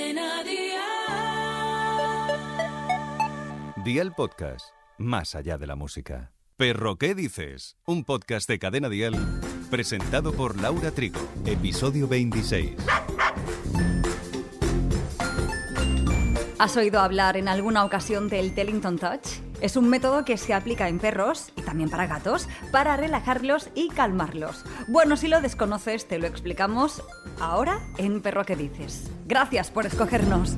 Cadena Dial. Dial Podcast, más allá de la música. Perro, ¿qué dices? Un podcast de Cadena Dial, presentado por Laura Trigo, episodio 26. ¿Has oído hablar en alguna ocasión del Tellington Touch? Es un método que se aplica en perros y también para gatos para relajarlos y calmarlos. Bueno, si lo desconoces, te lo explicamos ahora en Perro, ¿qué dices? Gracias por escogernos.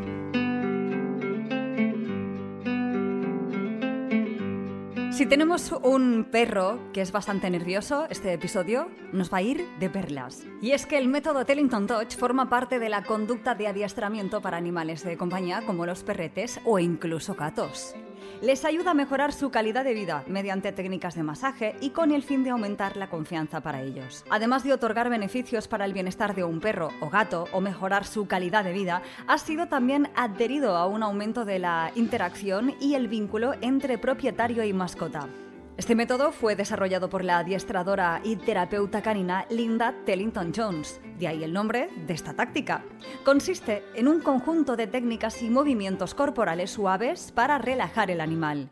Si tenemos un perro que es bastante nervioso, este episodio nos va a ir de perlas. Y es que el método Tellington Touch forma parte de la conducta de adiestramiento para animales de compañía como los perretes o incluso gatos. Les ayuda a mejorar su calidad de vida mediante técnicas de masaje y con el fin de aumentar la confianza para ellos. Además de otorgar beneficios para el bienestar de un perro o gato o mejorar su calidad de vida, ha sido también adherido a un aumento de la interacción y el vínculo entre propietario y mascota. Este método fue desarrollado por la adiestradora y terapeuta canina Linda Tellington Jones, de ahí el nombre de esta táctica. Consiste en un conjunto de técnicas y movimientos corporales suaves para relajar el animal.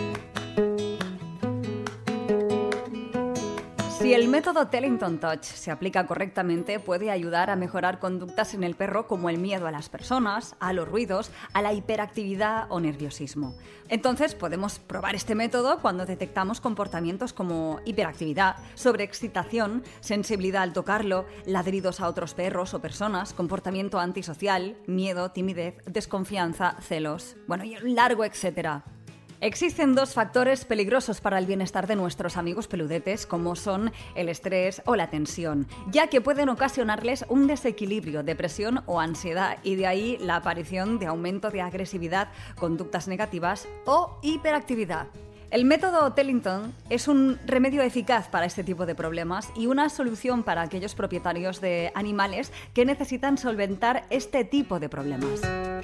Si el método Tellington Touch se aplica correctamente, puede ayudar a mejorar conductas en el perro como el miedo a las personas, a los ruidos, a la hiperactividad o nerviosismo. Entonces podemos probar este método cuando detectamos comportamientos como hiperactividad, sobreexcitación, sensibilidad al tocarlo, ladridos a otros perros o personas, comportamiento antisocial, miedo, timidez, desconfianza, celos, bueno, y un largo etcétera. Existen dos factores peligrosos para el bienestar de nuestros amigos peludetes, como son el estrés o la tensión, ya que pueden ocasionarles un desequilibrio, depresión o ansiedad, y de ahí la aparición de aumento de agresividad, conductas negativas o hiperactividad. El método Tellington es un remedio eficaz para este tipo de problemas y una solución para aquellos propietarios de animales que necesitan solventar este tipo de problemas.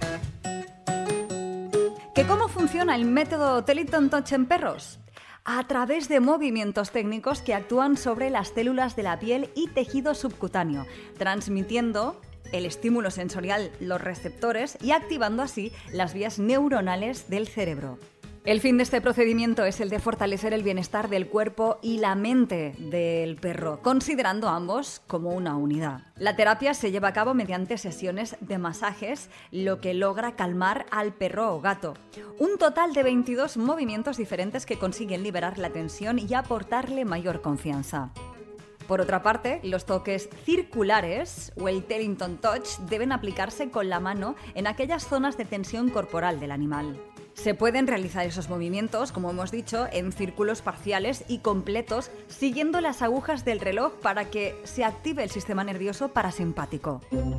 ¿Cómo funciona el método Tellington Touch en perros? A través de movimientos técnicos que actúan sobre las células de la piel y tejido subcutáneo, transmitiendo el estímulo sensorial, los receptores y activando así las vías neuronales del cerebro. El fin de este procedimiento es el de fortalecer el bienestar del cuerpo y la mente del perro, considerando ambos como una unidad. La terapia se lleva a cabo mediante sesiones de masajes, lo que logra calmar al perro o gato. Un total de 22 movimientos diferentes que consiguen liberar la tensión y aportarle mayor confianza. Por otra parte, los toques circulares o el Tellington Touch deben aplicarse con la mano en aquellas zonas de tensión corporal del animal. Se pueden realizar esos movimientos, como hemos dicho, en círculos parciales y completos, siguiendo las agujas del reloj para que se active el sistema nervioso parasimpático.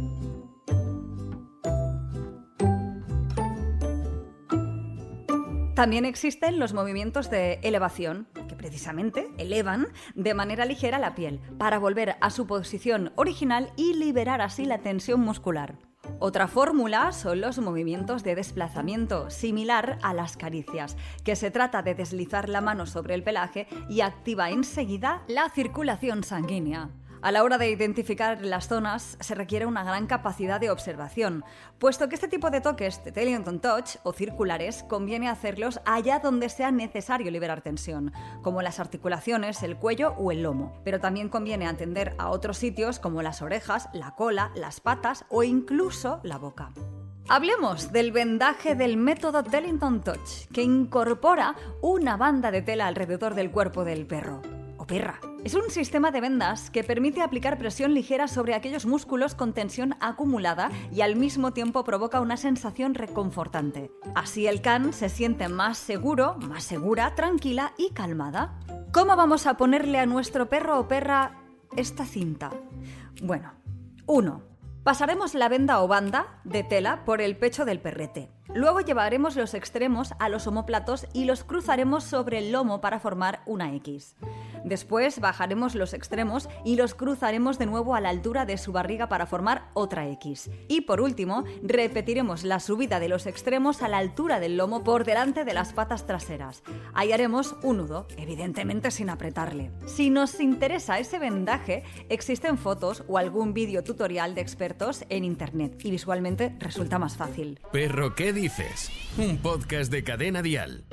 También existen los movimientos de elevación, que precisamente elevan de manera ligera la piel, para volver a su posición original y liberar así la tensión muscular. Otra fórmula son los movimientos de desplazamiento, similar a las caricias, que se trata de deslizar la mano sobre el pelaje y activa enseguida la circulación sanguínea. A la hora de identificar las zonas se requiere una gran capacidad de observación, puesto que este tipo de toques de Tellington Touch o circulares conviene hacerlos allá donde sea necesario liberar tensión, como las articulaciones, el cuello o el lomo. Pero también conviene atender a otros sitios como las orejas, la cola, las patas o incluso la boca. Hablemos del vendaje del método Tellington Touch, que incorpora una banda de tela alrededor del cuerpo del perro o perra. Es un sistema de vendas que permite aplicar presión ligera sobre aquellos músculos con tensión acumulada y al mismo tiempo provoca una sensación reconfortante. Así el can se siente más seguro, más segura, tranquila y calmada. ¿Cómo vamos a ponerle a nuestro perro o perra esta cinta? Bueno, 1. Pasaremos la venda o banda de tela por el pecho del perrete. Luego llevaremos los extremos a los omóplatos y los cruzaremos sobre el lomo para formar una X. Después bajaremos los extremos y los cruzaremos de nuevo a la altura de su barriga para formar otra X. Y por último, repetiremos la subida de los extremos a la altura del lomo por delante de las patas traseras. Ahí haremos un nudo, evidentemente sin apretarle. Si nos interesa ese vendaje, existen fotos o algún vídeo tutorial de expertos en internet y visualmente resulta más fácil. Perro, ¿qué dices? Un podcast de Cadena Dial.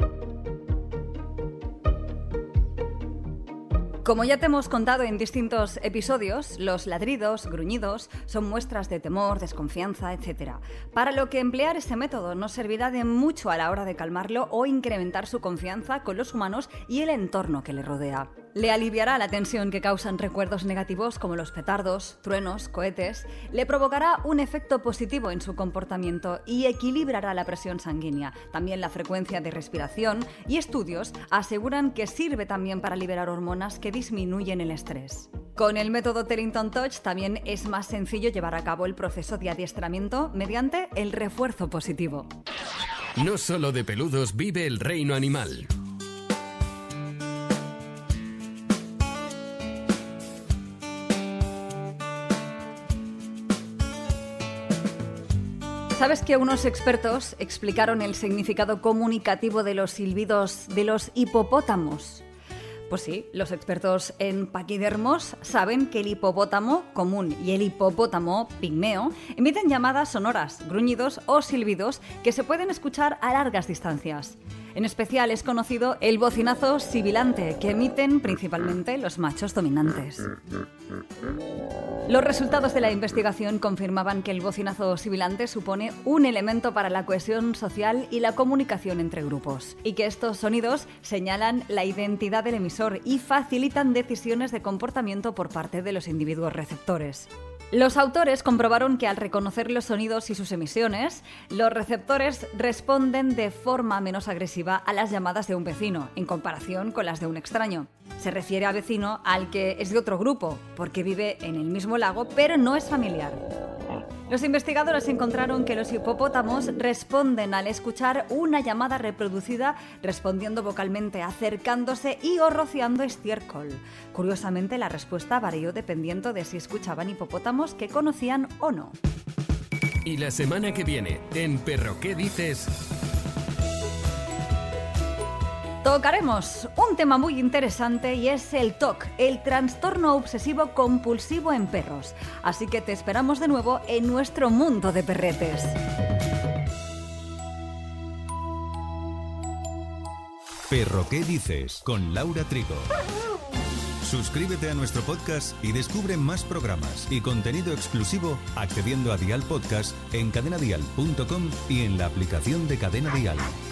Como ya te hemos contado en distintos episodios, los ladridos, gruñidos, son muestras de temor, desconfianza, etc. Para lo que emplear este método nos servirá de mucho a la hora de calmarlo o incrementar su confianza con los humanos y el entorno que le rodea. Le aliviará la tensión que causan recuerdos negativos como los petardos, truenos, cohetes, le provocará un efecto positivo en su comportamiento y equilibrará la presión sanguínea, también la frecuencia de respiración, y estudios aseguran que sirve también para liberar hormonas que disminuyen el estrés. Con el método Tellington Touch también es más sencillo llevar a cabo el proceso de adiestramiento mediante el refuerzo positivo. No solo de peludos vive el reino animal. ¿Sabes que unos expertos explicaron el significado comunicativo de los silbidos de los hipopótamos? Pues sí, los expertos en paquidermos saben que el hipopótamo común y el hipopótamo pigmeo emiten llamadas sonoras, gruñidos o silbidos que se pueden escuchar a largas distancias. En especial es conocido el bocinazo sibilante que emiten principalmente los machos dominantes. Los resultados de la investigación confirmaban que el bocinazo sibilante supone un elemento para la cohesión social y la comunicación entre grupos, y que estos sonidos señalan la identidad del emisor y facilitan decisiones de comportamiento por parte de los individuos receptores. Los autores comprobaron que al reconocer los sonidos y sus emisiones, los receptores responden de forma menos agresiva a las llamadas de un vecino, en comparación con las de un extraño. Se refiere a vecino al que es de otro grupo, porque vive en el mismo lago, pero no es familiar. Los investigadores encontraron que los hipopótamos responden al escuchar una llamada reproducida respondiendo vocalmente, acercándose y o rociando estiércol. Curiosamente, la respuesta varió dependiendo de si escuchaban hipopótamos que conocían o no. Y la semana que viene, en Perro, ¿qué dices? Tocaremos un tema muy interesante y es el TOC, el trastorno obsesivo compulsivo en perros. Así que te esperamos de nuevo en nuestro mundo de perretes. Perro, ¿qué dices? Con Laura Trigo. Suscríbete a nuestro podcast y descubre más programas y contenido exclusivo accediendo a Dial Podcast en cadenadial.com y en la aplicación de Cadena Dial.